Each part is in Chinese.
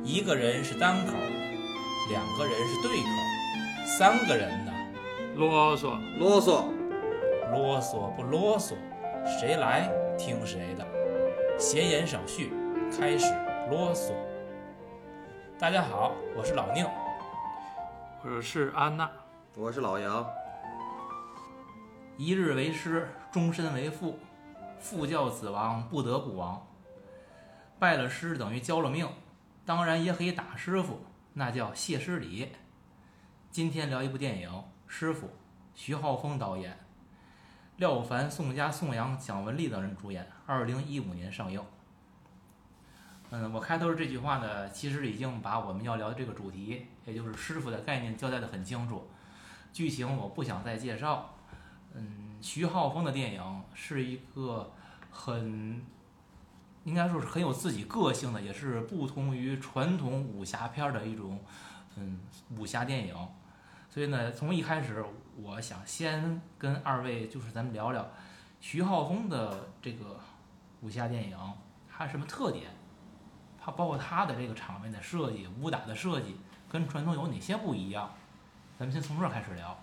一个人是单口，两个人是对口，三个人呢， 啰嗦啰嗦， 啰嗦不啰嗦，谁来听谁的。闲言少叙，开始啰嗦。大家好，我是老宁， 我是安娜。 我是老杨。 一日为师，终身为父，父教子亡，不得不亡。拜了师等于交了命，当然也可以打师傅，那叫谢师礼。今天聊一部电影《师傅》，徐浩峰导演，廖凡、宋佳、宋阳、蒋雯丽等人主演，2015年上映。我开头这句话呢，其实已经把我们要聊的这个主题，也就是师傅的概念交代得很清楚。剧情我不想再介绍。徐浩峰的电影是一个应该说是很有自己个性的，也是不同于传统武侠片的一种武侠电影。所以呢，从一开始我想先跟二位就是咱们聊聊徐浩峰的这个武侠电影它什么特点，它包括它的这个场面的设计、武打的设计跟传统有哪些不一样。咱们先从这儿开始聊。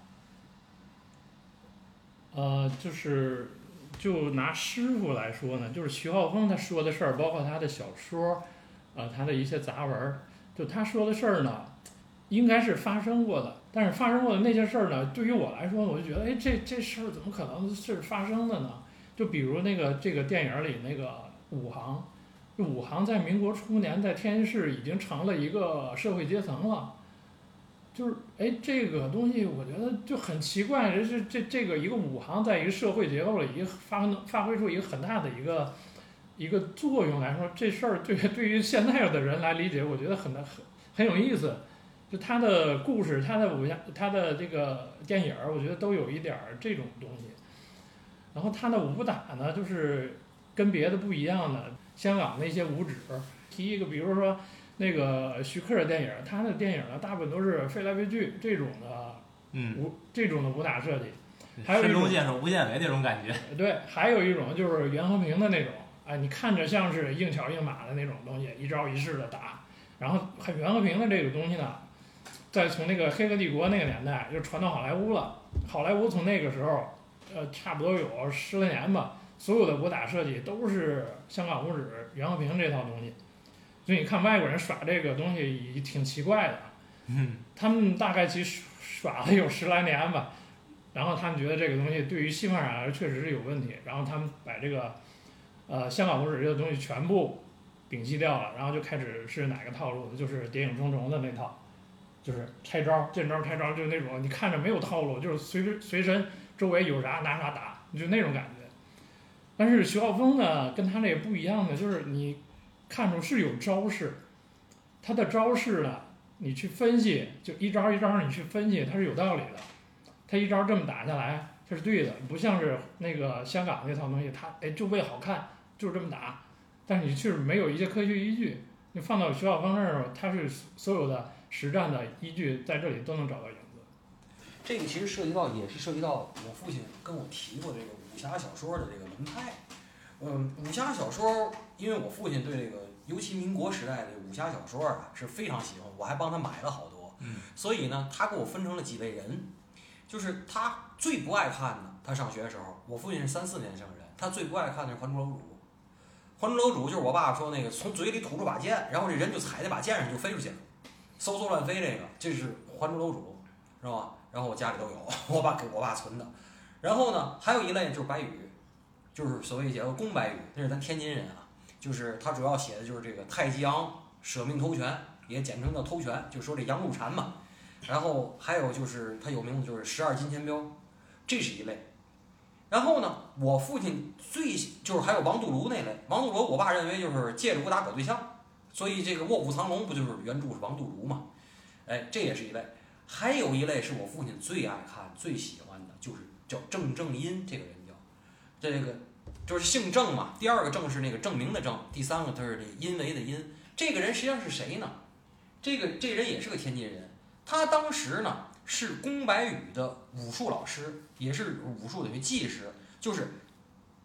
就拿师傅来说呢，就是徐浩峰他说的事儿，包括他的小说，他的一些杂文，就他说的事儿呢，应该是发生过的。但是发生过的那些事儿呢，对于我来说，我就觉得，这事儿怎么可能是发生的呢？就比如这个电影里那个武行，就武行在民国初年在天津市已经成了一个社会阶层了。就是这个东西我觉得就很奇怪，这个一个武行在一个社会结构里发挥出一个很大的一个作用来说，这事儿对于现在的人来理解，我觉得很有意思。就他的故事，他的武侠，他的这个电影，我觉得都有一点这种东西。然后他的武打呢，就是跟别的不一样的，香港的一些武指，提一个，比如说。那个徐克的电影，他的电影呢，大部分都是飞来飞去这种的，这种的武打设计，还有一种神龙见首不见尾那种感觉。 对，还有一种就是袁和平的那种，你看着像是硬桥硬马的那种东西，一招一式的打。然后袁和平的这个东西呢，再从那个黑客帝国那个年代就传到好莱坞了。好莱坞从那个时候，差不多有10来年吧，所有的武打设计都是香港武指袁和平这套东西。所以你看外国人耍这个东西也挺奇怪的，他们大概其实耍了有10来年吧，然后他们觉得这个东西对于西方人来说确实是有问题，然后他们把这个香港武指这个东西全部摒弃掉了，然后就开始是哪个套路呢？就是谍影重重的那套，就是拆招见招拆招，就是那种你看着没有套路，就是随身周围有啥拿啥打，就那种感觉。但是徐浩峰呢，跟他那个不一样的就是你。看出是有招式，他的招式呢，你去分析，就一招一招你去分析，它是有道理的。他一招这么打下来，这是对的，不像是那个香港那套东西，他就为好看，就是这么打，但是你确实没有一些科学依据。你放到徐浩峰那儿，他是所有的实战的依据在这里都能找到影子。 这个其实也是涉及到我父亲跟我提过这个武侠小说的这个门派。武侠小说，因为我父亲对这个，尤其民国时代的武侠小说是非常喜欢，我还帮他买了好多。所以呢，他给我分成了几类人，就是他最不爱看的，他上学的时候，我父亲是34年生人，他最不爱看的是《还珠楼主》。《还珠楼主》就是我爸说那个从嘴里吐出把剑，然后这人就踩在把剑上就飞出去了，嗖嗖乱飞，这是《还珠楼主》，是吧？然后我家里都有，我爸给我爸存的。然后呢，还有一类就是白羽。就是所谓叫宫白羽，那是咱天津人啊。就是他主要写的就是这个太极阳舍命偷拳，也简称叫偷拳，就说这杨露禅嘛。然后还有就是他有名的就是12金钱镖，这是一类。然后呢，我父亲就是还有王杜庐那类。王杜庐我爸认为就是借着武打搞对象，所以这个卧虎藏龙不就是原著是王杜庐嘛？这也是一类。还有一类是我父亲最爱看、最喜欢的，就是叫郑正殷这个人叫这个。就是姓郑嘛，第二个郑是那个证明的郑，第三个他是那因为的因。这个人实际上是谁呢？这人也是个天津人，他当时呢是宫白羽的武术老师，也是武术的技师，就是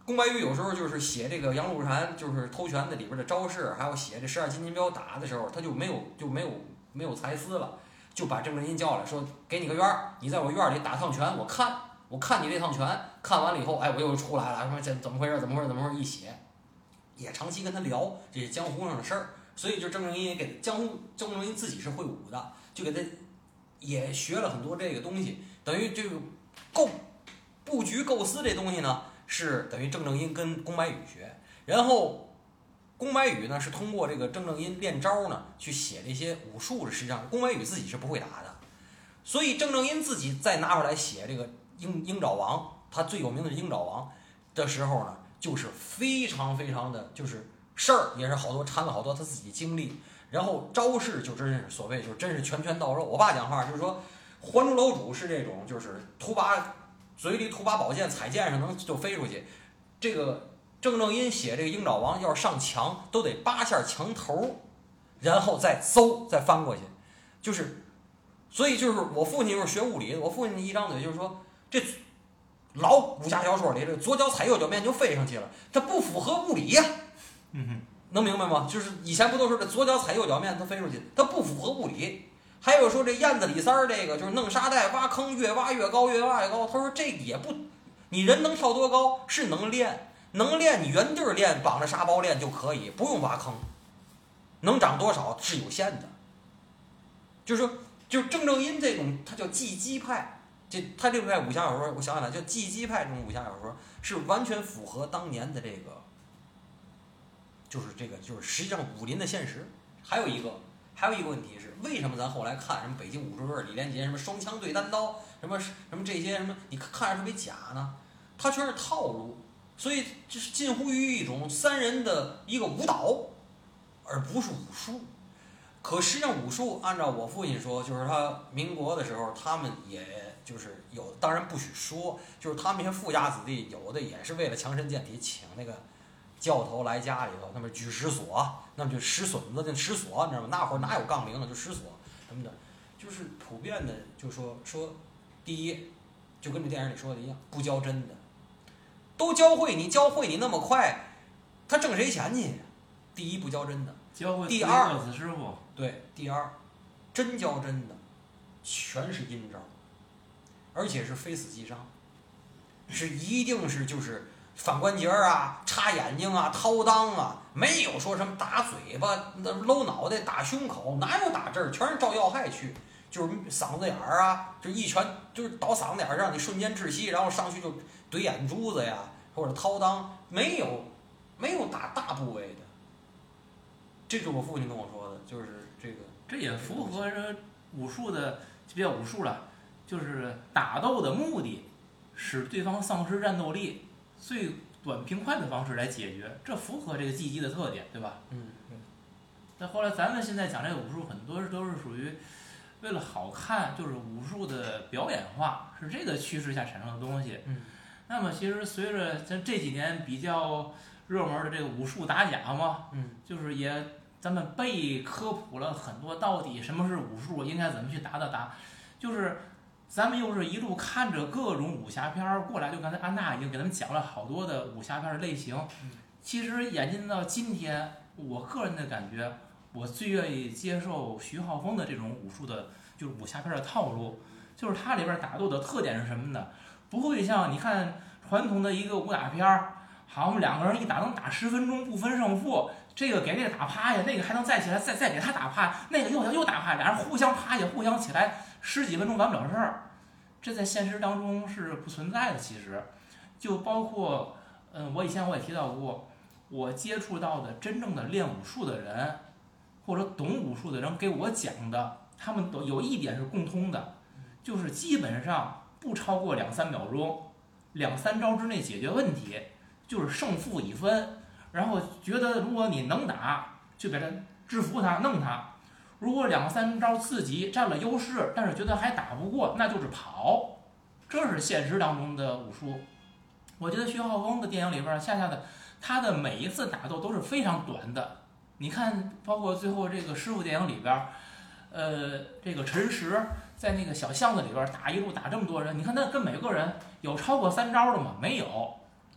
宫白玉有时候就是写这个杨露禅就是偷拳的里边的招式，还有写这12金金镖打的时候，他就没有才思了，就把郑正英叫来说，给你个院儿，你在我院里打趟拳，我看你这趟拳，看完了以后，哎，我又出来了，什么这怎么回事？一写，也长期跟他聊这些江湖上的事儿，所以就郑正英也给郑正英自己是会武的，就给他也学了很多这个东西，等于这个布局构思这东西呢，是等于郑正英跟宫白羽学，然后宫白羽呢是通过这个郑正英练招呢去写这些武术的，实际上宫白羽自己是不会打的，所以郑正英自己再拿出来写这个鹰爪王，他最有名的鹰爪王的时候呢，就是非常的，就是事儿也是好多掺了好多他自己经历，然后招式就真是所谓就是真是拳拳到肉。我爸讲话就是说，还珠楼主是这种，就是嘴里吐把宝剑，踩剑上能就飞出去。这个郑正英写这个鹰爪王要是上墙，都得扒下墙头，然后再翻过去，就是。所以就是我父亲就是学物理的，我父亲一张嘴就是说，这老武侠小说里这左脚踩右脚面就飞上去了，它不符合物理呀。能明白吗？就是以前不都说这左脚踩右脚面它飞出去，它不符合物理。还有说这燕子李三儿这个就是弄沙袋挖坑，越挖越高，越挖越高。他说这也不，你人能跳多高是能练，你原地练，绑着沙包练就可以，不用挖坑。能长多少是有限的。就是说，就是郑正英这种，他叫技击派，他这派武侠小说，我想起来叫技击派这种武侠小说，是完全符合当年的这个，就是实际上武林的现实。还有一个问题是，为什么咱后来看什么北京武术队、李连杰什么双枪对单刀，什么这些什么，你看着特别假呢？它全是套路，所以这是近乎于一种3人的一个舞蹈，而不是武术。可实际上武术，按照我父亲说，就是他民国的时候，他们也就是有，当然不许说，就是他们一些富家子弟，有的也是为了强身健体，请那个教头来家里头，那么举石锁，那么就石笋子，那石锁，你知道吗？那会儿哪有杠铃啊，就石锁什么的，就是普遍的，就说，第一，就跟这电影里说的一样，不教真的，都教会你那么快，他挣谁钱去？第一，不教真的。第二， 师傅对，第二，真教真的，全是阴招，而且是非死即伤，是一定是就是反关节啊、插眼睛啊、掏裆啊，没有说什么打嘴巴、搂脑袋、打胸口，哪有打这儿，全是照要害去，就是嗓子眼儿啊，就一拳就是倒嗓子眼儿，让你瞬间窒息，然后上去就怼眼珠子呀，或者掏裆，没有打大部位的。这是我父亲跟我说的，就是这个， 这也符合武术的，就别叫武术了，就是打斗的目的，使对方丧失战斗力，最短平快的方式来解决，这符合这个技击的特点，对吧？但后来咱们现在讲这个武术，很多都是属于为了好看，就是武术的表演化，是这个趋势下产生的东西。那么其实随着咱这几年比较热门的这个武术打假嘛，就是也咱们被科普了很多，到底什么是武术，应该怎么去打，就是咱们又是一路看着各种武侠片过来，就刚才安娜已经给咱们讲了好多的武侠片的类型。其实演进到今天，我个人的感觉，我最愿意接受徐浩峰的这种武术的，就是武侠片的套路，就是它里边打斗的特点是什么呢？不会像你看传统的一个武打片儿，好，我们2个人一打能打10分钟不分胜负，这个给那个打趴下，那个还能再起来，再给他打趴，那个又打趴，俩人互相趴下，互相起来，10几分钟完不了事儿。这在现实当中是不存在的。其实，就包括我以前我也提到过，我接触到的真正的练武术的人，或者懂武术的人给我讲的，他们都有一点是共通的，就是基本上不超过2-3秒钟，2-3招之内解决问题，就是胜负已分。然后觉得如果你能打，就给他制服他，弄他；如果2-3招自己占了优势，但是觉得还打不过，那就是跑。这是现实当中的武术。我觉得徐浩峰的电影里边，恰恰的他的每一次打斗都是非常短的。你看，包括最后这个师傅电影里边，这个陈实在那个小巷子里边打一路打这么多人，你看那跟每个人有超过3招的吗？没有。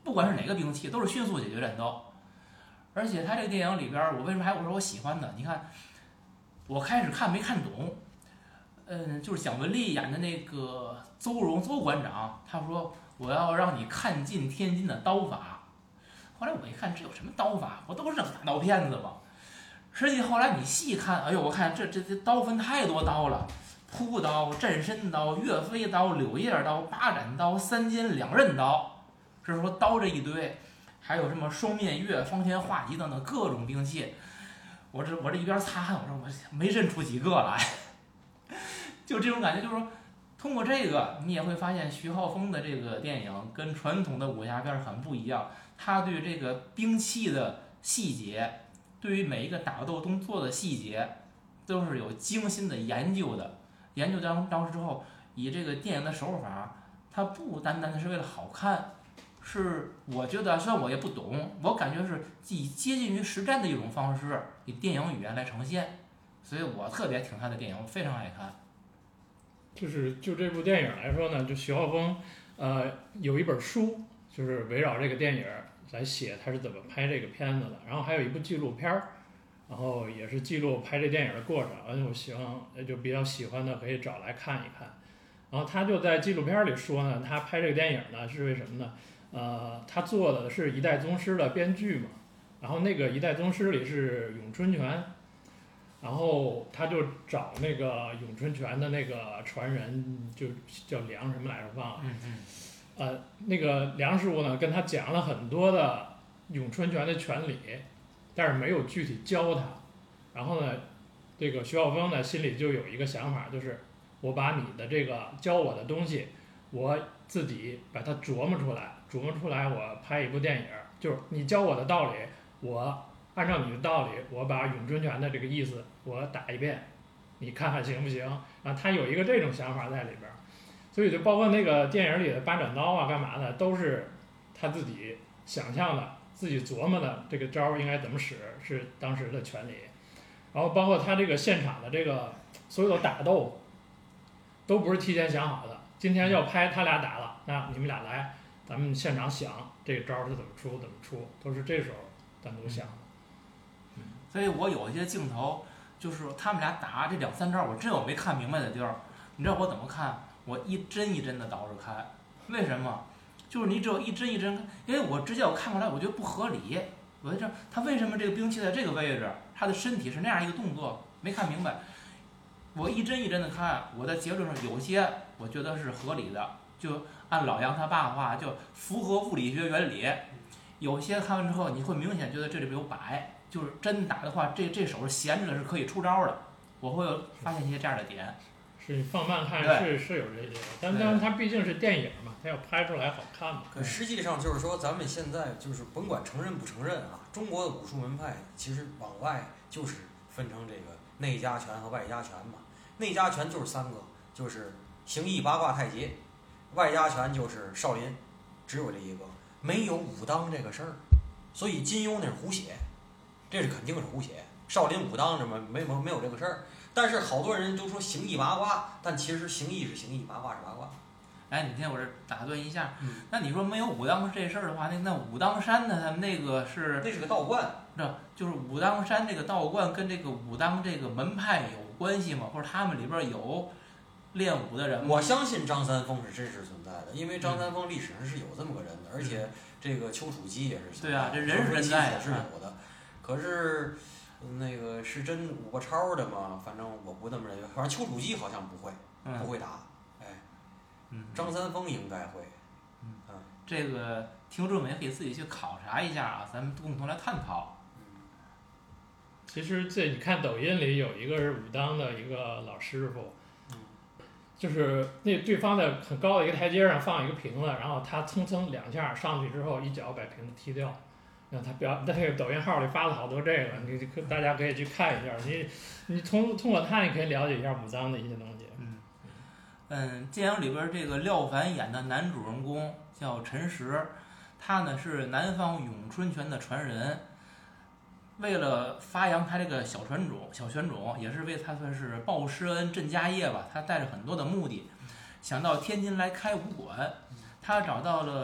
不管是哪个兵器，都是迅速解决战斗。而且他这个电影里边，我为什么我说我喜欢呢？你看，我开始看没看懂，就是蒋雯丽演的那个邹容邹馆长，他说我要让你看尽天津的刀法。后来我一看，这有什么刀法？不都是打刀片子吗？实际后来你细看，哎呦，我看这刀分太多刀了，扑刀、震身刀、岳飞刀、柳叶刀、八斩刀、三尖两刃刀，是说刀这一堆。还有什么双面钺、方天画戟等等各种兵器，我这一边擦汗，我说我没认出几个来，就这种感觉，就是说，通过这个你也会发现徐浩峰的这个电影跟传统的武侠片很不一样，他对这个兵器的细节，对于每一个打斗动作的细节，都是有精心的研究的。研究当时之后，以这个电影的手法，它不单单的是为了好看。是我觉得，虽然我也不懂，我感觉是既接近于实战的一种方式，以电影语言来呈现，所以我特别挺他的电影，我非常爱看。 就这部电影来说呢，就徐浩峰，有一本书，就是围绕这个电影来写他是怎么拍这个片子的，然后还有一部纪录片儿，然后也是记录拍这电影的过程，而且我希望就比较喜欢的可以找来看一看。然后他就在纪录片里说呢，他拍这个电影呢是为什么呢？他做的是《一代宗师》的编剧嘛，然后那个《一代宗师》里是咏春拳，然后他就找那个咏春拳的那个传人，就叫梁什么来着忘了，那个梁师傅呢跟他讲了很多的咏春拳的拳理，但是没有具体教他。然后呢，这个徐浩峰呢心里就有一个想法，就是我把你的这个教我的东西，我自己把它琢磨出来，我拍一部电影，就是你教我的道理，我按照你的道理，我把咏春拳的这个意思我打一遍，你看看行不行？啊，他有一个这种想法在里边，所以就包括那个电影里的八斩刀啊，干嘛的，都是他自己想象的，自己琢磨的，这个招应该怎么使，是当时的拳理。然后包括他这个现场的这个所有的打斗，都不是提前想好的。今天要拍他俩打了，那你们俩来，咱们现场想这个招是怎么出，都是这时候单独想的。 所以我有一些镜头，就是他们俩打这2、3招，我真有没看明白的地儿。你知道我怎么看？我一帧一帧的倒着看。为什么？就是你只有一帧一帧看，因为我直接我看过来，我觉得不合理。我在这，他为什么这个兵器在这个位置，他的身体是那样一个动作，没看明白。我一帧一帧的看，我的结论上有些我觉得是合理的，就按老杨他爸的话，就符合物理学原理。有些看完之后，你会明显觉得这里边有摆，就是真打的话，这手是闲着的，是可以出招的。我会发现一些这样的点。 是你放慢看是有这些，但它毕竟是电影嘛，它要拍出来好看嘛。 可实际上就是说，咱们现在就是甭管承认不承认啊，中国的武术门派其实往外就是分成这个内家拳和外家拳嘛。内家拳就是3个，就是形意、八卦、太极；外家拳就是少林，只有这一个，没有武当这个事儿。所以金庸那是胡写，这是肯定是胡写。少林武当什么没有这个事儿。但是好多人都说形意八卦，但其实形意是形意，八卦是八卦。 哎，你听我这打断一下，那你说没有武当这事儿的话，那武当山呢？他们那个是那是个道观， 这就是武当山这个道观跟这个武当这个门派有关系吗？或者他们里边有练武的人吗？ 我相信张三丰是真实存在的，因为张三丰历史上是有这么个人的，而且这个丘处机也是存在的。 对啊，这人是真在是有的，可是那个是真武过超的吗？反正我不那么认为，反正丘处机好像不会打，哎，张三丰应该会。 这个听众们也可以自己去考察一下啊，咱们共同来探讨。 其实这你看抖音里有一个是武当的一个老师傅，就是那对方在很高的一个台阶上放一个瓶子，然后他蹭蹭2下上去之后，一脚把瓶子踢掉。他在那个抖音号里发了好多这个，大家可以去看一下。你通过他，你可以了解一下武当的一些东西。 电影里边这个廖凡演的男主人公叫陈实，他呢是南方咏春拳的传人。为了发扬他这个小拳种，也是为他算是报师恩、振家业吧。他带着很多的目的，想到天津来开武馆。他找到了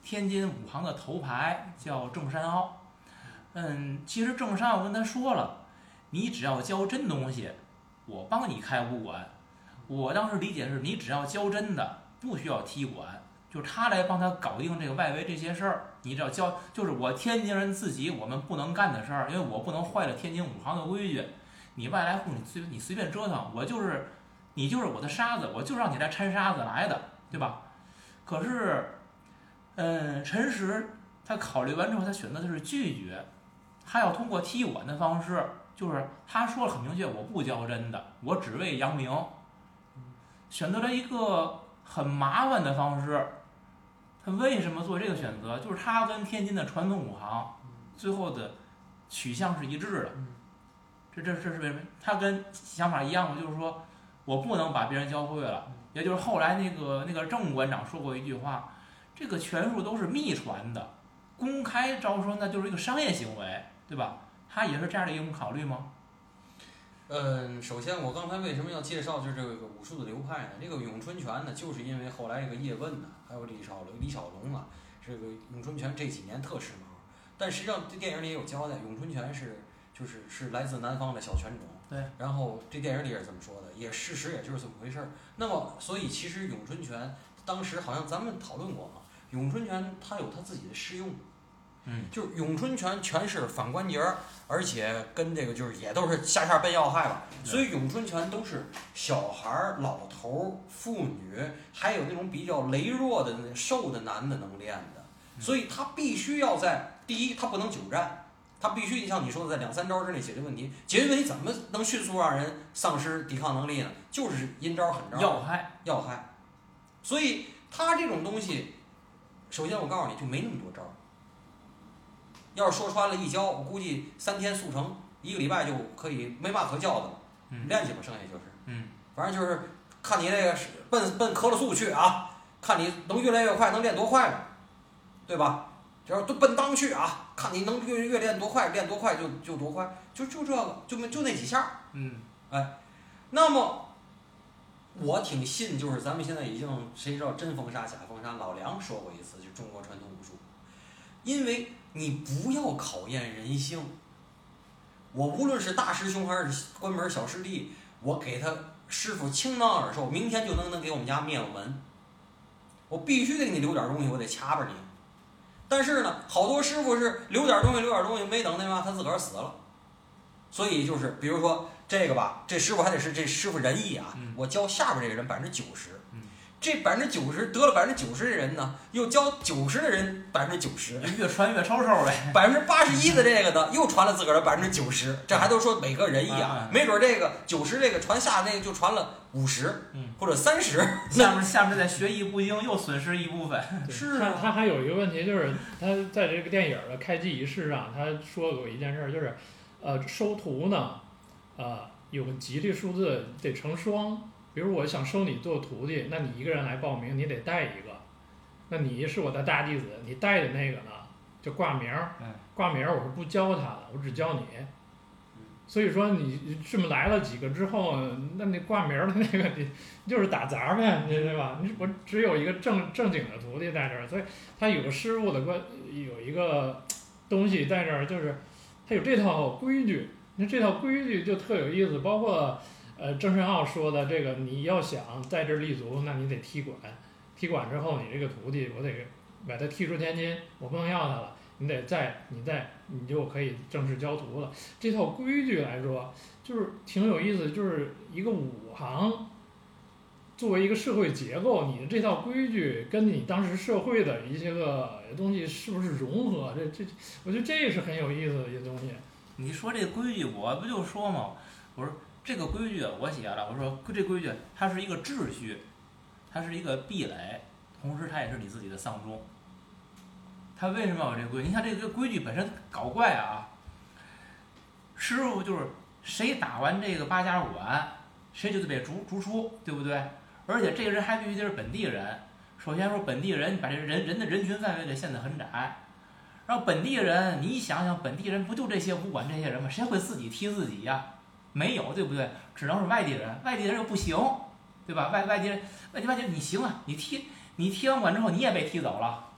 天津武行的头牌叫郑山傲。其实郑山傲跟他说了，你只要教真东西，我帮你开武馆。我当时理解是你只要教真的，不需要踢馆，就是他来帮他搞定这个外围这些事儿。你只要教，就是我天津人自己我们不能干的事儿，因为我不能坏了天津武行的规矩。你外来户你随便折腾，你就是我的沙子，我就是让你来掺沙子来的，对吧？可是，陈实他考虑完之后，他选择的是拒绝，他要通过踢馆的方式，就是他说了很明确，我不教真的，我只为扬名，选择了一个很麻烦的方式。他为什么做这个选择？就是他跟天津的传统武行最后的取向是一致的。这是为什么？他跟想法一样的，就是说我不能把别人教会了。也就是后来那个郑馆长说过一句话，这个拳术都是秘传的，公开招收那就是一个商业行为，对吧？他也是这样的一种考虑吗？ 首先我刚才为什么要介绍就是这个武术的流派呢？这个咏春拳呢，就是因为后来这个叶问呢，还有李小龙啊，这个咏春拳这几年特时髦。但实际上这电影里也有交代，咏春拳是来自南方的小拳种。 对。 然后这电影里也是这么说的，事实也就是这么回事儿。那么所以其实咏春拳当时好像咱们讨论过嘛，咏春拳它有它自己的适用。就是咏春拳全是反关节，而且跟这个就是也都是下奔要害吧，所以咏春拳都是小孩、老头、妇女，还有那种比较羸弱的、瘦的男的能练的，所以他必须要在第一，他不能久战，他必须像你说的，在2-3招之内解决问题。解决问题怎么能迅速让人丧失抵抗能力呢？就是阴招狠招，要害。所以他这种东西，首先我告诉你就没那么多招。要是说穿了一教，我估计3天速成，1个礼拜就可以没嘛可教的了，练去吧，剩下就是，反正就是看你这个奔科了速去啊，看你能越练越快，能练多快嘛，对吧？只要都奔当去啊，看你能越练多快，练多快就多快，就这个，就那几下，那么我挺信，就是咱们现在已经谁知道真封杀假封杀，老梁说过一次，就中国传统武术，因为你不要考验人性。我无论是大师兄还是关门小师弟，我给他师傅倾囊而授，明天就能给我们家灭了门。我必须得给你留点东西，我得掐吧你。但是呢，好多师傅是留点东西，没等那嘛，他自个儿死了。所以就是，比如说这个吧，这师傅还得是这师傅仁义啊，我教下边这个人90%。这90%得了90%的人呢，又教90%的人90%， 越传越抽呗。 81%的这个呢，又传了自个儿的90%，这还都说每个仁义啊，没准这个90%这个传下那个就传了50%，或者30%， 下面再学艺不精，又损失一部分。 是啊，他还有一个问题就是，他在这个电影的开机仪式上，他说过一件事，就是，收徒呢，有个吉利数字得成双。比如我想收你做徒弟，那你一个人来报名，你得带一个。那你是我的大弟子，你带的那个呢，就挂名儿。挂名儿我是不教他的，我只教你。所以说你这么来了几个之后，那你挂名儿的那个你就是打杂呗，对吧？我只有一个正经的徒弟在这儿，所以他有个师傅的有一个东西在这儿，就是他有这套规矩。那这套规矩就特有意思，包括。郑山傲说的这个，你要想在这立足，那你得踢馆。踢馆之后，你这个徒弟，我得把他踢出天津，我不能要他了。你就可以正式教徒了。这套规矩来说，就是挺有意思，就是一个武行作为一个社会结构，你的这套规矩跟你当时社会的一些个东西是不是融合？我觉得这也是很有意思的一些东西。 你说这规矩，我不就说嘛，我说。这个规矩我写了，我说这规矩它是一个秩序，它是一个壁垒，同时它也是你自己的丧钟。它为什么要有这个规矩？你看这个规矩本身搞怪啊！师傅就是谁打完这个8家馆，谁就得被逐出，对不对？而且这个人还必须得是本地人。首先说本地人，把这人的人群范围给限得很窄。然后本地人，你想想，本地人不就这些武馆这些人吗？谁会自己踢自己呀？没有，对不对？只能是外地人，外地人又不行，对吧？外地人，你行啊，你踢完馆之后你也被踢走了，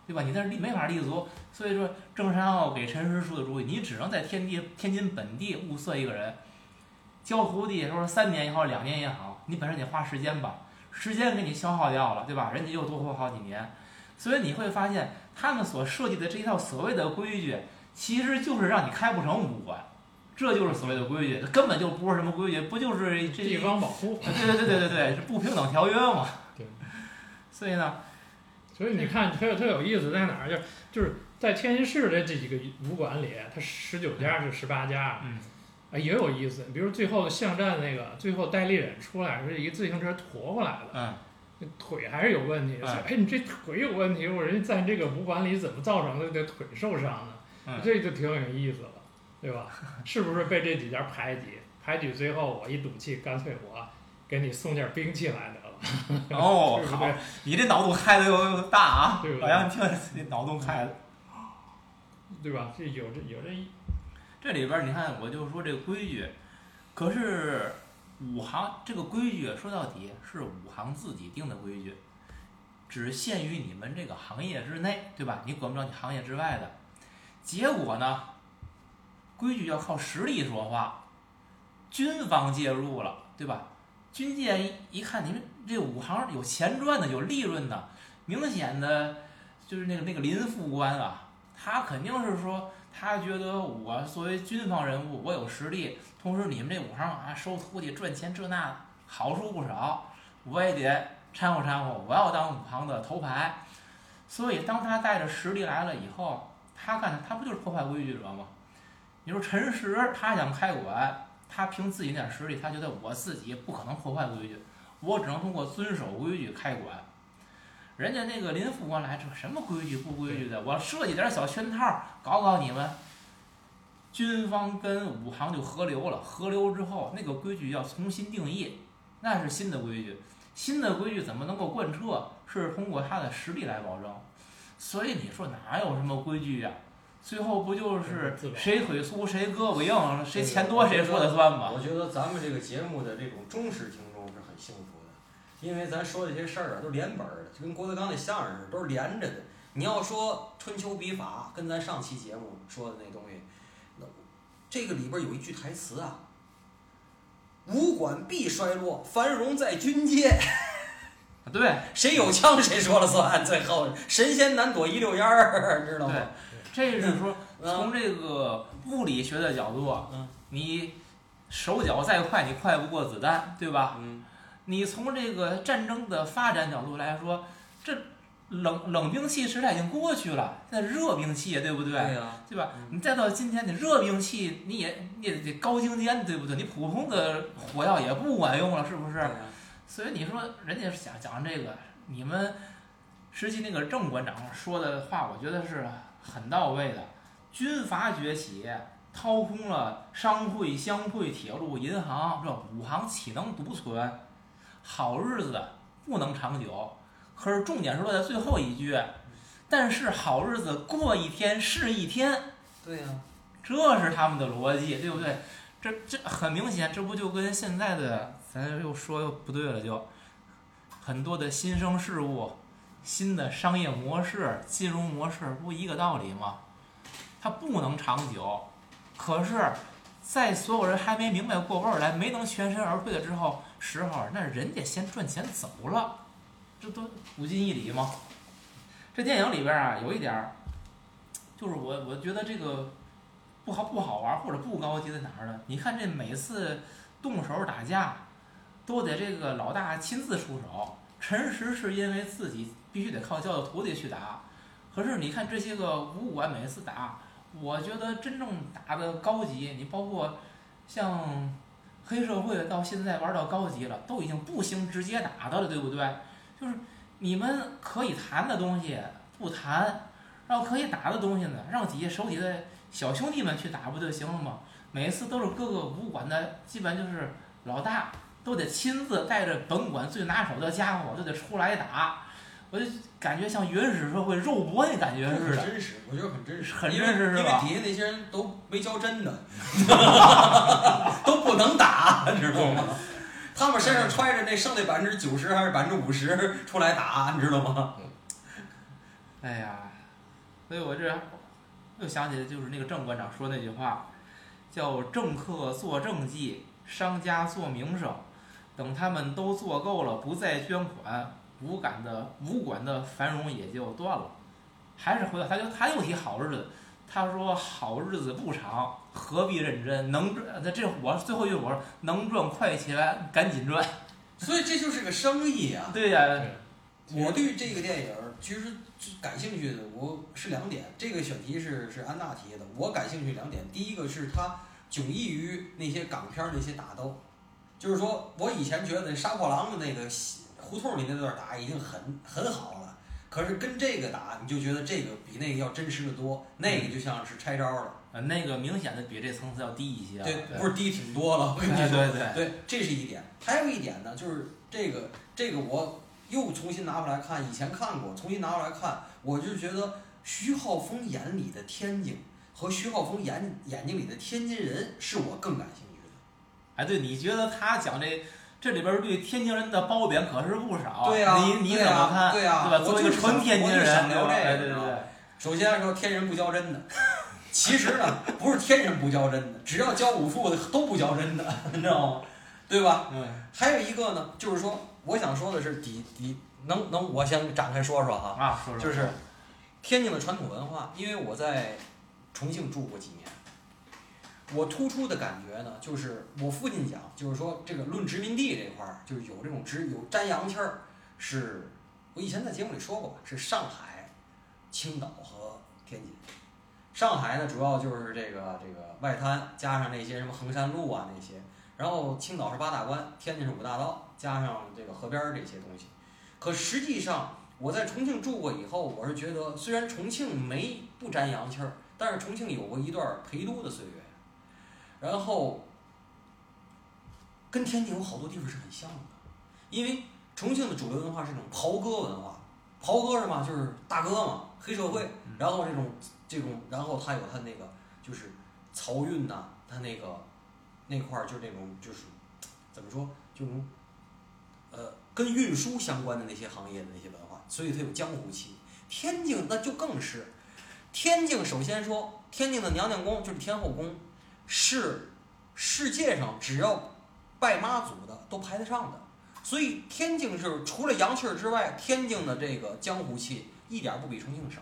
对吧？你在这没法立足，所以说郑山傲给陈实出的主意，你只能在天津本地物色一个人，教徒弟说3年也好2年也好，你本身得花时间吧，时间给你消耗掉了，对吧？人家又多活好几年，所以你会发现他们所设计的这一套所谓的规矩，其实就是让你开不成武馆。这就是所谓的规矩，根本就不是什么规矩，不就是这地方保护？ 对，是不平等条约嘛。 对。 所以呢， 所以你看特有意思在哪儿？就是在天津市的这几个武馆里，它19家是18家，也有意思。比如最后的巷战那个，最后戴立忍出来是一个自行车驮过来的，腿还是有问题。哎，你这腿有问题，我人在这个武馆里怎么造成的这腿受伤的？这就挺有意思了。对吧？是不是被这几家排挤？最后我一赌气，干脆我给你送件兵器来得了。 哦， 对对好，你这脑洞开的又大啊！ 对不对？ 好像听着你脑洞开的， 对吧？这有这里边你看，我就说这个规矩，可是武行这个规矩说到底是武行自己定的规矩，只限于你们这个行业之内，对吧？你管不了你行业之外的。结果呢？规矩要靠实力说话，军方介入了，对吧？军界一看你们这武行有钱赚的，有利润的，明显的就是那个林副官啊，他肯定是说，他觉得我作为军方人物，我有实力，同时你们这武行啊收徒弟赚钱这那好处不少，我也得掺和掺和，我要当武行的头牌。所以当他带着实力来了以后，他不就是破坏规矩者吗？你说陈实他想开馆，他凭自己点实力，他觉得我自己不可能破坏规矩，我只能通过遵守规矩开馆。人家那个林副官来，这什么规矩不规矩的，我设计点小圈套搞你们。军方跟武行就合流了，合流之后那个规矩要重新定义，那是新的规矩。新的规矩怎么能够贯彻？是通过他的实力来保证。所以你说哪有什么规矩呀？最后不就是谁腿粗谁胳膊硬，谁钱多谁说的算吗？ 我觉得咱们这个节目的这种忠实听众是很幸福的，因为咱说的这些事儿啊都连本儿的，就跟郭德纲那相声似的，都是连着的。你要说春秋笔法，跟咱上期节目说的那东西，那这个里边有一句台词啊：“武馆必衰落，繁荣在军界。” 对， 谁有枪谁说了算，最后神仙难躲一溜烟儿，知道吗？ 这是说从这个物理学的角度，你手脚再快，你快不过子弹，对吧？你从这个战争的发展角度来说，这冷兵器时代已经过去了，现在热兵器，对不对？ 对呀， 对吧？你再到今天，你热兵器你也得高精尖，对不对？你普通的火药也不管用了，是不是？所以你说人家讲这个，你们实际那个郑馆长说的话，我觉得是很到位的。军阀崛起，掏空了商会、乡会、铁路、银行，这武行岂能独存？好日子不能长久。可是重点是落在最后一句，但是好日子过一天是一天。 对呀， 这是他们的逻辑，对不对？这很明显，这不就跟现在的咱又说又不对了，就很多的新生事物、新的商业模式、金融模式，不一个道理吗？它不能长久。可是，在所有人还没明白过味儿来、没能全身而退的时候，那人家先赚钱走了，这都不尽一理吗？这电影里边啊，有一点儿，就是我觉得这个不好玩或者不高级在哪儿呢？你看这每次动手打架，都得这个老大亲自出手。陈实是因为自己必须得靠教导徒弟去打，可是你看这些个武馆每次打，我觉得真正打的高级，你包括像黑社会到现在玩到高级了，都已经不行直接打的了，对不对？就是你们可以谈的东西不谈，然后可以打的东西呢，让手底的小兄弟们去打不就行了吗？每次都是各个武馆的，基本就是老大都得亲自带着本馆最拿手的家伙，就得出来打。我就感觉像原始社会肉搏那感觉似的， 真实，我觉得很真实， 很真实是吧？ 因为底下那些人都没教真的，都不能打，知道吗？他们身上揣着那剩那90%还是50%出来打，你知道吗？ 哎呀， 所以我这又想起来，就是那个郑馆长说那句话，叫政客做政绩，商家做名声，等他们都做够了，不再捐款，武馆的繁荣也就断了。还是回到他又提好日子，他说好日子不长，何必认真？能赚这我最后一句我说能赚快钱赶紧赚。 所以这就是个生意啊。 对呀、 我对这个电影其实感兴趣的我是2点，这个选题是安娜提的，我感兴趣2点。第一个是它迥异于那些港片那些打斗，就是说我以前觉得杀破狼的那个胡同里那段打已经很好了，可是跟这个打你就觉得这个比那个要真实的多，那个就像是拆招了。 那个明显的比这层次要低一些。 对，不是低挺多了。我跟你说， 对， 这是一点。还有一点呢，就是这个我又重新拿回来看，以前看过，重新拿回来看，我就觉得徐浩峰眼里的天津和徐浩峰眼睛里的天津人是我更感兴趣的。 哎，对，你觉得他讲这里边对天津人的褒贬可是不少。 对呀、 你怎么看？ 对呀、 吧？作为一个纯天津人，对。 首先说天人不教真的。其实呢，不是天人不教真的，只要教武术的都不教真的，你知道吗？对吧？还有一个呢，就是说，我想说的是，我先展开说说哈。 说就是天津的传统文化，因为我在重庆住过几年，我突出的感觉呢，就是我父亲讲，就是说这个论殖民地这块儿，就是有这种有沾洋气儿，是我以前在节目里说过吧，是上海、青岛和天津。上海呢，主要就是这个外滩，加上那些什么衡山路啊那些，然后青岛是八大关，天津是五大道，加上这个河边这些东西。可实际上，我在重庆住过以后，我是觉得虽然重庆不沾洋气儿，但是重庆有过一段陪都的岁月，然后跟天津有好多地方是很像的，因为重庆的主流文化是这种袍哥文化，袍哥是嘛，就是大哥嘛，黑社会，然后这种，然后他有他那个就是漕运呐，他那块儿就是那种就是怎么说，就那种跟运输相关的那些行业的那些文化，所以它有江湖气。天津那就更是，天津首先说，天津的娘娘宫就是天后宫，是世界上只要拜妈祖的都排得上的，所以天津是除了洋气儿之外，天津的这个江湖气一点不比重庆少。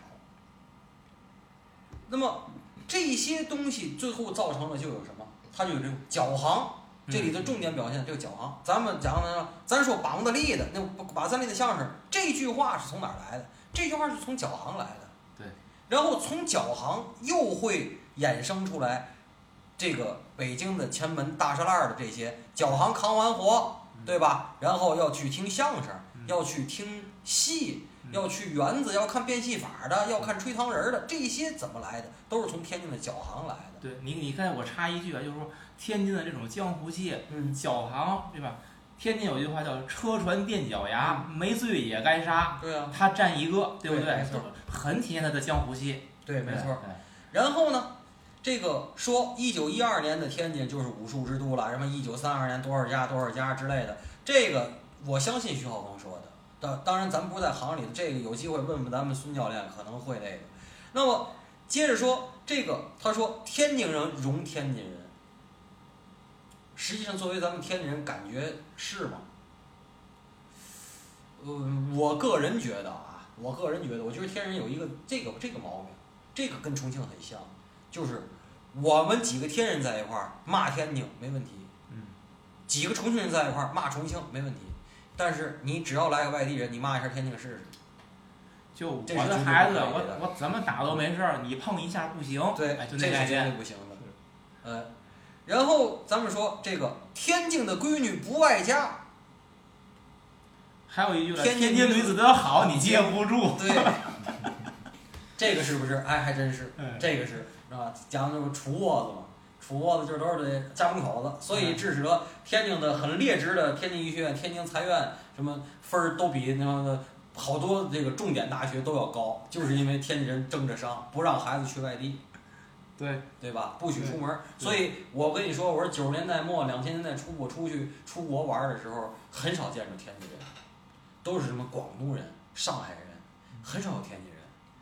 那么这些东西最后造成了就有什么？它就有这种脚行，这里的重点表现这个脚行。咱们讲的，咱说绑的利的那把咱利的相声，这句话是从哪儿来的？这句话是从脚行来的。 对。 然后从脚行又会衍生出来，这个北京的前门大栅栏的这些脚行扛完活，对吧？然后要去听相声，要去听戏。要去园子，要看变戏法的，要看吹糖人的，这些怎么来的？都是从天津的脚行来的。 对，你看我插一句啊，就是说天津的这种江湖气，脚行对吧？天津有一句话叫车船垫脚牙，没罪也该杀。 对啊， 他占一个，对不对？ 没错， 很体现他的江湖气。 对，没错。然后呢，这个说1912年的天津就是武术之都了，什么1932年多少家之类的，这个我相信徐浩峰说的。当然，咱们不是在行里的，这个有机会问问咱们孙教练，可能会这个。那么接着说这个，他说天津人容天津人，实际上作为咱们天津人，感觉是吗？我个人觉得，我觉得天津人有一个这个毛病，这个跟重庆很像，就是我们几个天人在一块儿骂天津没问题，几个重庆人在一块儿骂重庆没问题。但是你只要来个外地人，你骂一下天津试试。 就我的孩子，我怎么打都没事儿，你碰一下不行。 对， 哎，就这是绝对不行的。然后咱们说这个天津的闺女不外嫁。 还有一句了，天津女子得好，你接不住。 对，这个是不是？哎，还真是，这个是吧？讲的就是杵窝子嘛。杵窝子就是都是这家门口子，所以致使得天津的很劣质的天津医学院、天津财院什么分儿都比那个好多这个重点大学都要高，就是因为天津人争着上，不让孩子去外地，对吧？不许出门。所以我跟你说，我说90年代末、2000年代初，我出国玩的时候，很少见着天津人，都是什么广东人、上海人，很少有天津人。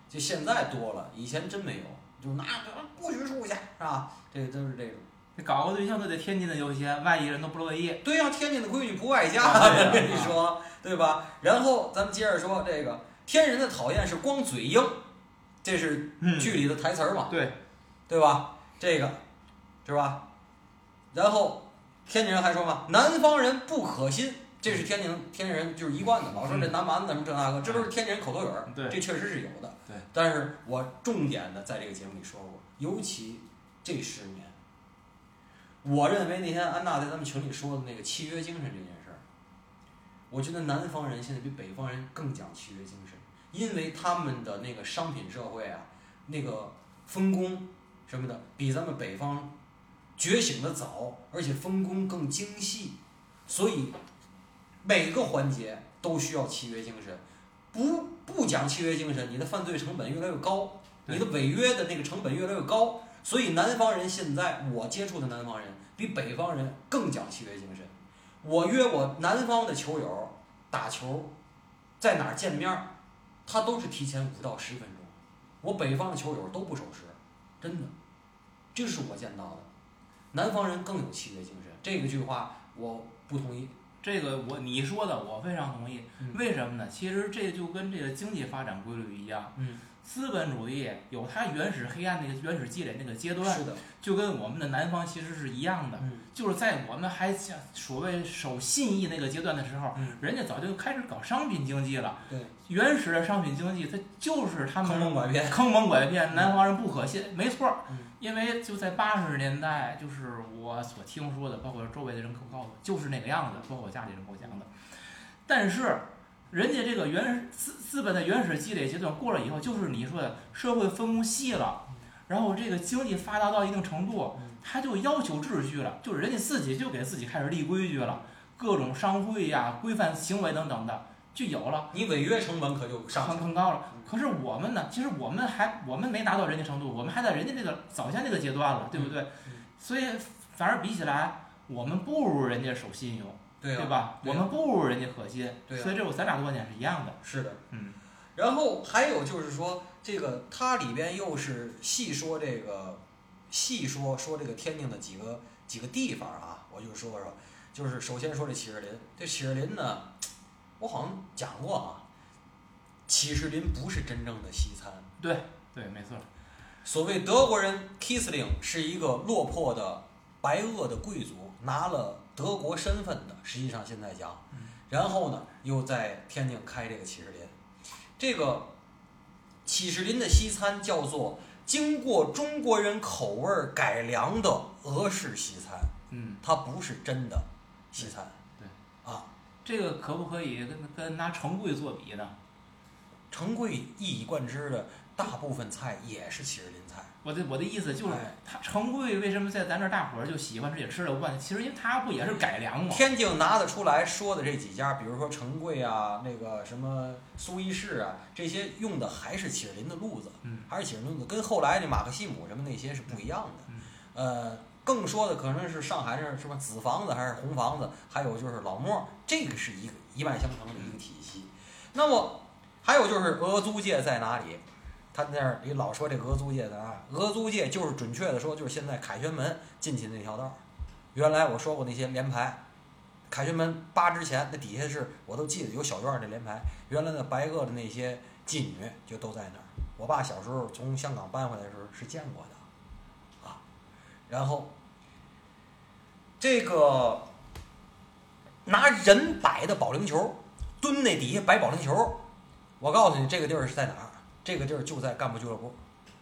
就现在多了，以前真没有，就不许出去是吧？这个都是这种。 搞个对象都得天津的优先，外地人都不乐意。 对呀、天津的规矩不外嫁， 我跟你说，对吧？然后咱们接着说这个天人的讨厌是光嘴硬，这是剧里的台词嘛？对吧？这个是吧？然后天津人还说嘛，南方人不可信，这是天津人就是一贯的，老说这南蛮子什么这那个，这都是天津人口头语儿，这确实是有的。 对， 但是我重点的在这个节目里说过，尤其这10年。我认为那天安娜在咱们群里说的那个契约精神这件事儿，我觉得南方人现在比北方人更讲契约精神，因为他们的那个商品社会啊，那个分工什么的，比咱们北方觉醒的早，而且分工更精细，所以每个环节都需要契约精神。不讲契约精神，你的犯罪成本越来越高，你的违约的那个成本越来越高。所以南方人现在我接触的南方人比北方人更讲契约精神。我约我南方的球友打球，在哪儿见面，他都是提前5到10分钟。我北方的球友都不守时，真的，这是我见到的。南方人更有契约精神，这个句话我不同意。 这个你说的我非常同意。为什么呢？其实这就跟这个经济发展规律一样。资本主义有它原始黑暗那个原始积累那个阶段， 是的， 就跟我们的南方其实是一样的。就是在我们还讲所谓守信义那个阶段的时候，人家早就开始搞商品经济了。 对， 原始的商品经济，它就是他们坑蒙拐骗， 南方人不可信，没错。因为就在80年代，就是我所听说的，包括周围的人给我告诉我，就是那个样子，包括我家里人给我讲的。但是人家这个资本的原始积累阶段过了以后，就是你说的社会分工细了，然后这个经济发达到一定程度，他就要求秩序了，就是人家自己就给自己开始立规矩了，各种商会呀、规范行为等等的就有了。 你违约成本可就上很高了。可是我们呢，其实我们没达到人家程度，我们还在人家那个早先那个阶段了，对不对？所以反而比起来，我们不如人家守信用。对吧？我们不如人家可信，所以咱俩的观点是一样的。 是的，然后还有就是说，这个它里边又是细说这个天津的几个地方啊，我就说说，就是首先说这启士林，这启士林呢，我好像讲过啊，启士林不是真正的西餐。 对，没错。 所谓德国人 Kissling 是一个落魄的白俄的贵族，拿了德国身份的，实际上现在讲，然后呢，又在天津开这个启士林。这个启士林的西餐叫做经过中国人口味改良的俄式西餐，它不是真的西餐。 对啊，这个可不可以跟拿成贵做比呢？ 成贵一以贯之的大部分菜也是启士林菜。 我的意思就是，它成贵为什么在咱这大伙儿就喜欢吃了惯？其实因为它不也是改良吗？ 天津拿得出来说的这几家，比如说成贵啊，那个什么苏伊士啊，这些用的还是启士林的路子，还是启士林路子，跟后来的马克西姆什么那些是不一样的。更说的可能是上海这什么紫房子还是红房子，还有就是老莫，这个是一个一脉相承的一个体系。那么还有就是俄租界在哪里？他那儿里老说这俄租界在哪儿？俄租界就是准确的说，就是现在凯旋门进去的那条道。原来我说过那些联排，凯旋门扒之前那底下是我都记得有小院的联排，原来的白俄的那些妓女就都在那儿。我爸小时候从香港搬回来的时候是见过的，啊，然后这个拿人摆的保龄球，蹲那底下摆保龄球，我告诉你这个地儿是在哪儿？这个地儿就在干部俱乐部。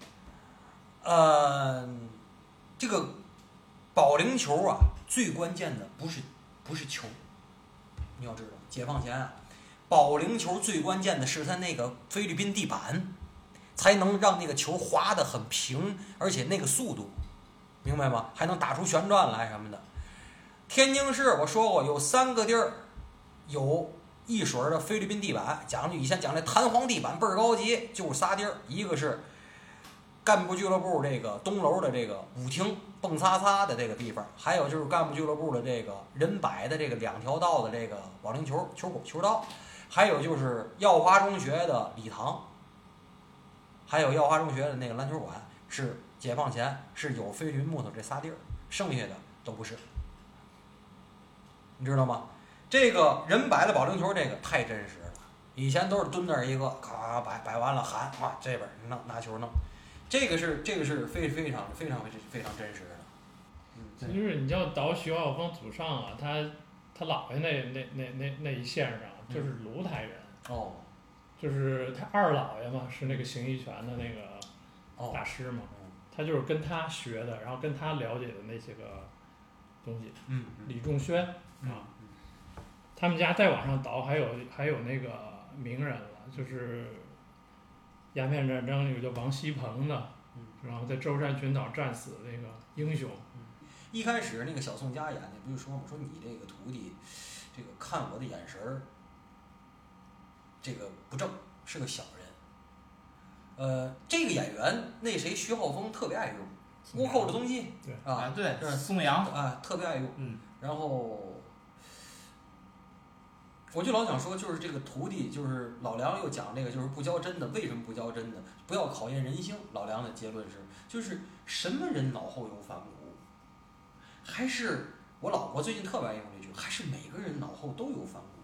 这个保龄球啊，最关键的不是球，你要知道，解放前啊，保龄球最关键的是它那个菲律宾地板，才能让那个球滑得很平，而且那个速度，明白吗？还能打出旋转来什么的。天津市我说过有3个地儿有一水的菲律宾地板，以前讲那弹簧地板倍儿高级，就是仨地儿，一个是干部俱乐部这个东楼的这个舞厅蹦擦擦的这个地方，还有就是干部俱乐部的这个人摆的这个2条道的这个保龄球道，还有就是耀华中学的礼堂。 还有耀华中学的那个篮球馆是解放前是有废军木头这仨地儿，剩下的都不是，你知道吗？这个人摆了保龄球，这个太真实了。以前都是蹲那儿一个，咔摆完了喊哇，这边拿球弄，这个是非常真实的。 就是你叫倒徐浩峰祖上啊，他姥爷那一线上就是卢台人。 哦。 就是他二姥爷嘛，是那个形意拳的那个大师嘛，他就是跟他学的，然后跟他了解的那些个东西。李仲轩啊，他们家再往上倒还有那个名人了，就是鸦片战争有叫王锡鹏的，然后在舟山群岛战死的那个英雄。 一开始那个小宋佳演的不就说嘛，说你这个徒弟，这个看我的眼神儿。这个不正，是个小人。这个演员那谁徐浩峰特别爱用，倭寇的踪迹， 对啊，对， 是宋阳啊，特别爱用。然后我就老想说，就是这个徒弟，就是老梁又讲这个，就是不教真的，为什么不教真的？不要考验人性。老梁的结论是，就是什么人脑后有反骨，还是我最近特别爱用这句，还是每个人脑后都有反骨。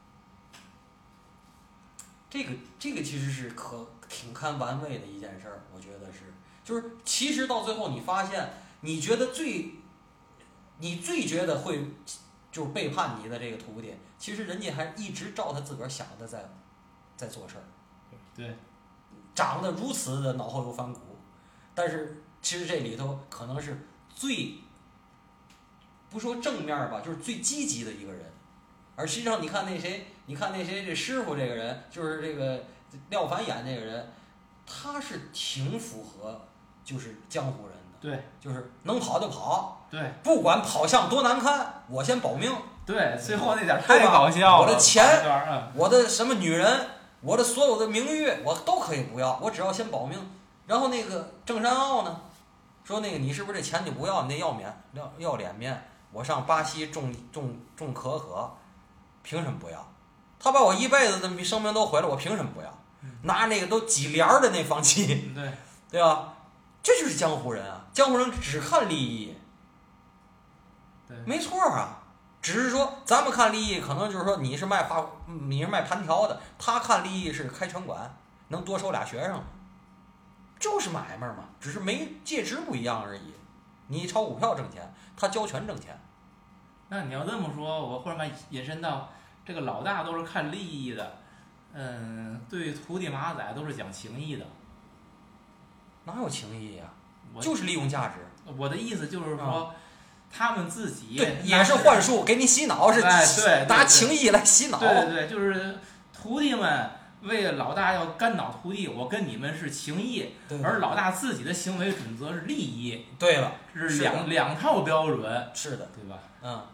这个其实是挺堪玩味的一件事儿，我觉得是，就是其实到最后你发现，你最觉得会就是背叛你的这个徒弟，其实人家还一直照他自个儿想的在做事儿， 对， 长得如此的脑后有反骨，但是其实这里头可能是最不说正面吧，就是最积极的一个人。而实际上你看那谁这师傅这个人，就是这个廖凡演这个人，他是挺符合就是江湖人的。 对， 就是能跑就跑， 对， 不管跑相多难看，我先保命。 对，最后那点太搞笑了。 我的钱，我的什么女人，我的所有的名誉，我都可以不要，我只要先保命。然后那个郑山傲呢，说那个你是不是这钱就不要，你得要脸面？我上巴西种可可。凭什么不要？他把我一辈子的生命都毁了，我凭什么不要？拿那个都几连的那放弃，对吧？这就是江湖人啊！江湖人只看利益，没错啊。只是说咱们看利益，可能就是说你是卖盘条的，他看利益是开拳馆，能多收俩学生，就是买卖嘛，只是没介质不一样而已。你炒股票挣钱，他交权挣钱。 那你要这么说，我或者引申到这个老大都是看利益的，对徒弟马仔都是讲情义的。 哪有情义呀？就是利用价值。 我的意思就是说，他们自己对也是幻术，给你洗脑，是拿情义来洗脑。 对，就是徒弟们为了老大要干倒徒弟，我跟你们是情义，而老大自己的行为准则是利益。 对了， 是两套标准。 是的， 对吧？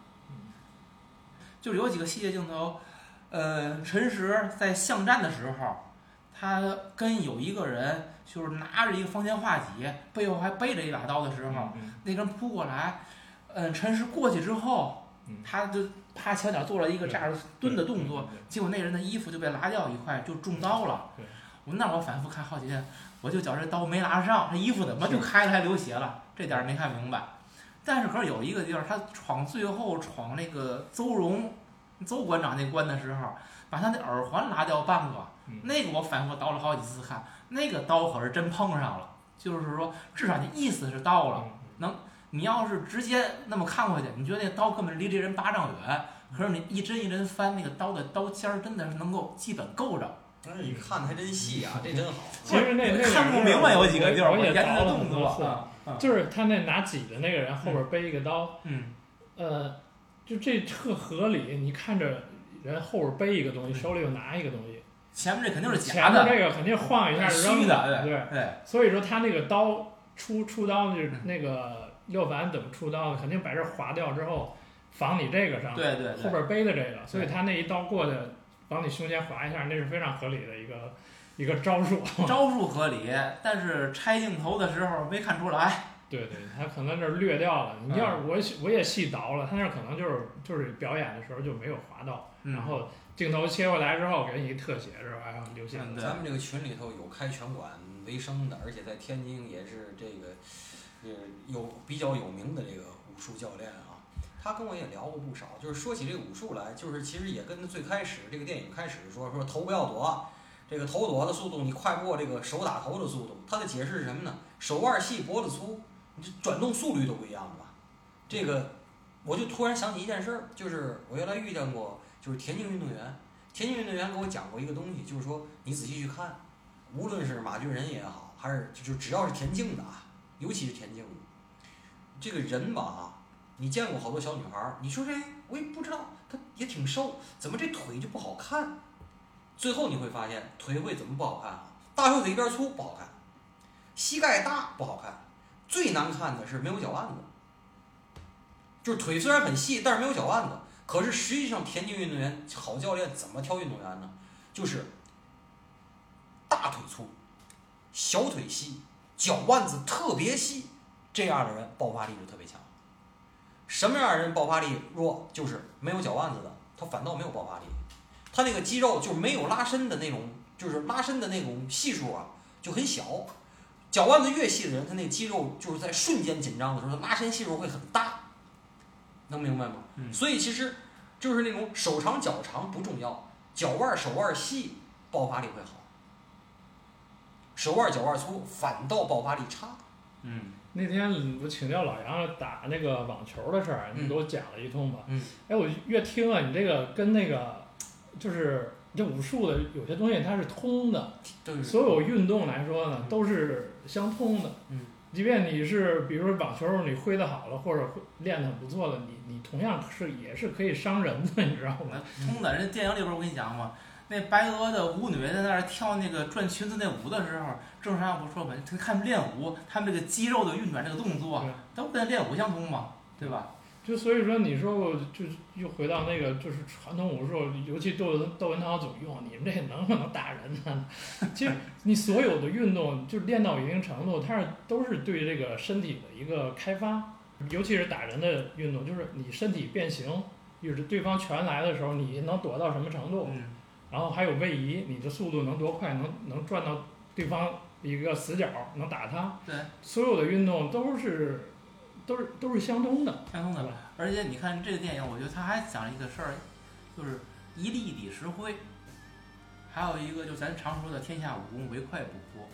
就是有几个细节镜头，陈实在巷战的时候，他跟有一个人就是拿着一个方天画戟，背后还背着一把刀的时候，那个人扑过来，陈实过去之后，他就啪墙角做了一个这样蹲的动作，结果那人的衣服就被拉掉一块，就中刀了。我反复看好几遍，我就觉这刀没拉上，这衣服怎么就开了还流血了？这点没看明白。但是可是有一个地儿，他最后闯那个邹馆长那关的时候，把他的耳环拉掉半个，那个我反复倒了好几次看，那个刀可是真碰上了，就是说至少你意思是到了，你要是直接那么看过去，你觉得那刀根本离这人8丈远，可是你一针一针翻，那个刀的刀尖儿真的是能够基本够着。 你看的还真细啊，这真好。 其实那看不明白有几个地儿， 我也研究动作，就是他那拿戟的那个人后边背一个刀，就这特合理。你看着人后边背一个东西，手里又拿一个东西， 前面这肯定是假的， 前面这个肯定晃一下扔的， 对。所以说他那个刀出刀就是那个廖凡怎么出刀呢？肯定把这划掉之后仿你这个上， 对， 后边背的这个，所以他那一刀过去。往你胸前划一下，那是非常合理的一个招数。 招数合理，但是拆镜头的时候没看出来。 对，他可能这略掉了。你要是我也细倒了，他那可能就是表演的时候就没有划到，然后镜头切过来之后给你一特写是吧？流血。 咱们这个群里头有开拳馆为生的，而且在天津也是这个比较有名的这个武术教练啊。他跟我也聊过不少，就是说起这个武术来，就是其实也跟最开始这个电影开始说头不要躲，这个头躲的速度你快不过这个手打头的速度。他的解释是什么呢？手腕细脖子粗，你这转动速率都不一样吧？这个我就突然想起一件事儿，就是我原来遇见过，就是田径运动员。田径运动员给我讲过一个东西，就是说你仔细去看，无论是马俊仁也好，还是就只要是田径的啊，尤其是田径的，这个人吧你见过好多小女孩儿，你说我也不知道，她也挺瘦，怎么这腿就不好看？最后你会发现腿会怎么不好看啊？大袖子一边粗不好看，膝盖大不好看，最难看的是没有脚腕子，就是腿虽然很细，但是没有脚腕子。可是实际上田径运动员好教练怎么挑运动员呢？就是大腿粗，小腿细，脚腕子特别细，这样的人爆发力就特别强。什么样的人爆发力弱？就是没有脚腕子的，他反倒没有爆发力，他那个肌肉就没有拉伸的那种，就是拉伸的那种系数啊就很小。脚腕子越细的人，他那个肌肉就是在瞬间紧张的时候，他拉伸系数会很大，能明白吗？所以其实就是那种手长脚长不重要，手腕细爆发力会好，手腕脚腕粗反倒爆发力差。 那天我请教老杨打那个网球的事儿，你给我讲了一通吧。我越听啊，你这个跟那个就是这武术的有些东西它是通的，所有运动来说呢都是相通的。即便你是比如说网球你挥得好了，或者练得很不错的，你同样也是可以伤人的，你知道吗？ 通的，人家电影里边我跟你讲嘛。那白俄的舞女在那儿跳那个转裙子那舞的时候，郑山不说嘛，他看练武，他们这个肌肉的运转这个动作，都跟练武相通嘛，对吧？ 就所以说，你说就又回到那个就是传统武术，尤其窦文涛总用，你们这能不能打人呢？其实你所有的运动就练到一定程度，它都是对这个身体的一个开发，尤其是打人的运动，就是你身体变形，就是对方拳来的时候，你能躲到什么程度？然后还有位移，你的速度能多快，能转到对方一个死角，能打他。 对， 所有的运动都是相通的。 相通的，而且你看这个电影，我觉得他还讲了一个事儿，就是一力抵10挥，还有一个就咱常说的天下武功唯快不破。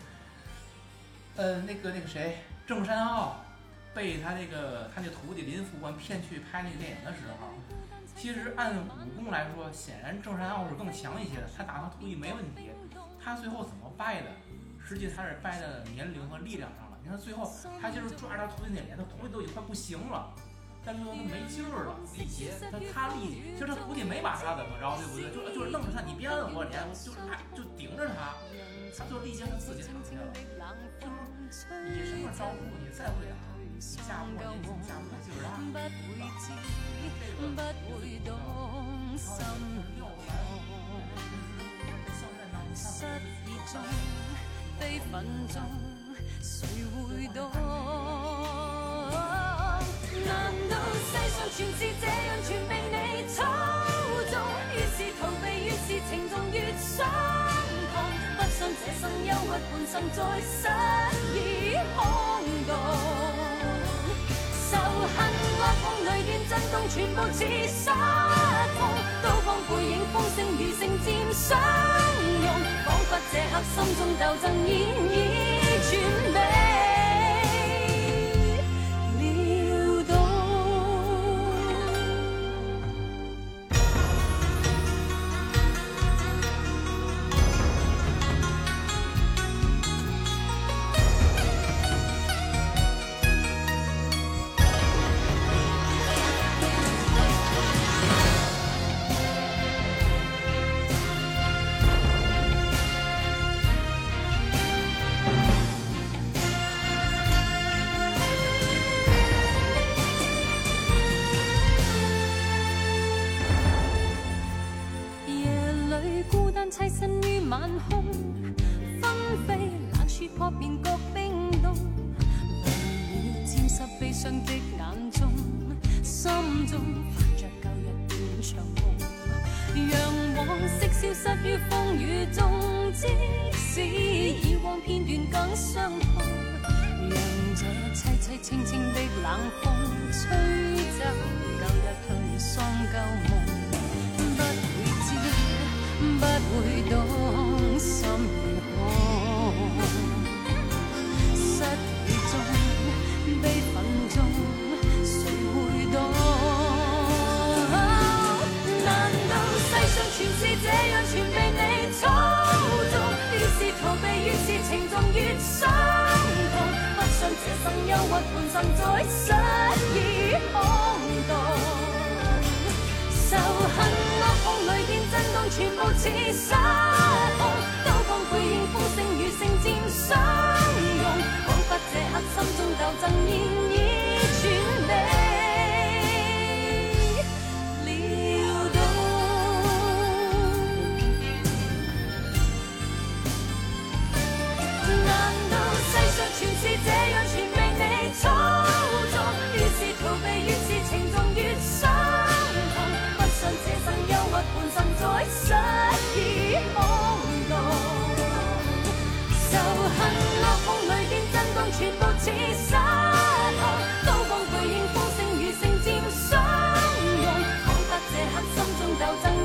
那个谁，郑山傲被他那徒弟林副官骗去拍那个电影的时候。其实按武功来说，显然郑山傲是更强一些的，他打他徒弟没问题。他最后怎么败的？实际他是败在年龄和力量上了。你看最后他就是抓着他徒弟那脸，他徒弟都已经快不行了，但最后他没劲儿了，力竭。他力竭，其实他徒弟没把他怎么着，对不对？就是愣着他，你别摁我脸，就顶着他，他最后力竭他自己躺下了。就是你什么招数你再会打，你架不过年轻，架不过劲儿大， 不會動心寒，失意中悲憤中，誰會懂？難道世上全是這樣全被你操縱？越是逃避越是情動越傷痛，不想這生憂鬱半生再失意空洞。仇恨惡夢雷電震動，全部似失控，刀光背影風聲如聖劍相擁，彷彿這刻心中鬥爭現已全被撩動。棲身於晚空，紛飛冷雪撲面各冰凍，涼了沾濕悲傷的眼中，心中泛着舊日斷腸夢，讓往昔消失於風雨中，即使以往片段更相同，讓這凄凄清清的冷風吹走舊日頹喪舊夢，不會知，不會懂心如何，失意中，悲憤中，誰會懂？難道世上全是這樣，全被你操縱？越是逃避，越是情重越傷痛。不信這生憂鬱伴身在失意空洞，仇恨惡控雷電震動，全部似失控。刀光背影風聲如聖劍相擁，彷彿這刻心中鬥爭現已轉變。全是這樣，全被你操縱。越是逃避，越是情重越傷痛。不信這生憂鬱伴身在失意空洞，仇恨惡控雷電震動，全部似失控。刀光背影風聲如聖劍相擁，彷彿這刻心中鬥爭。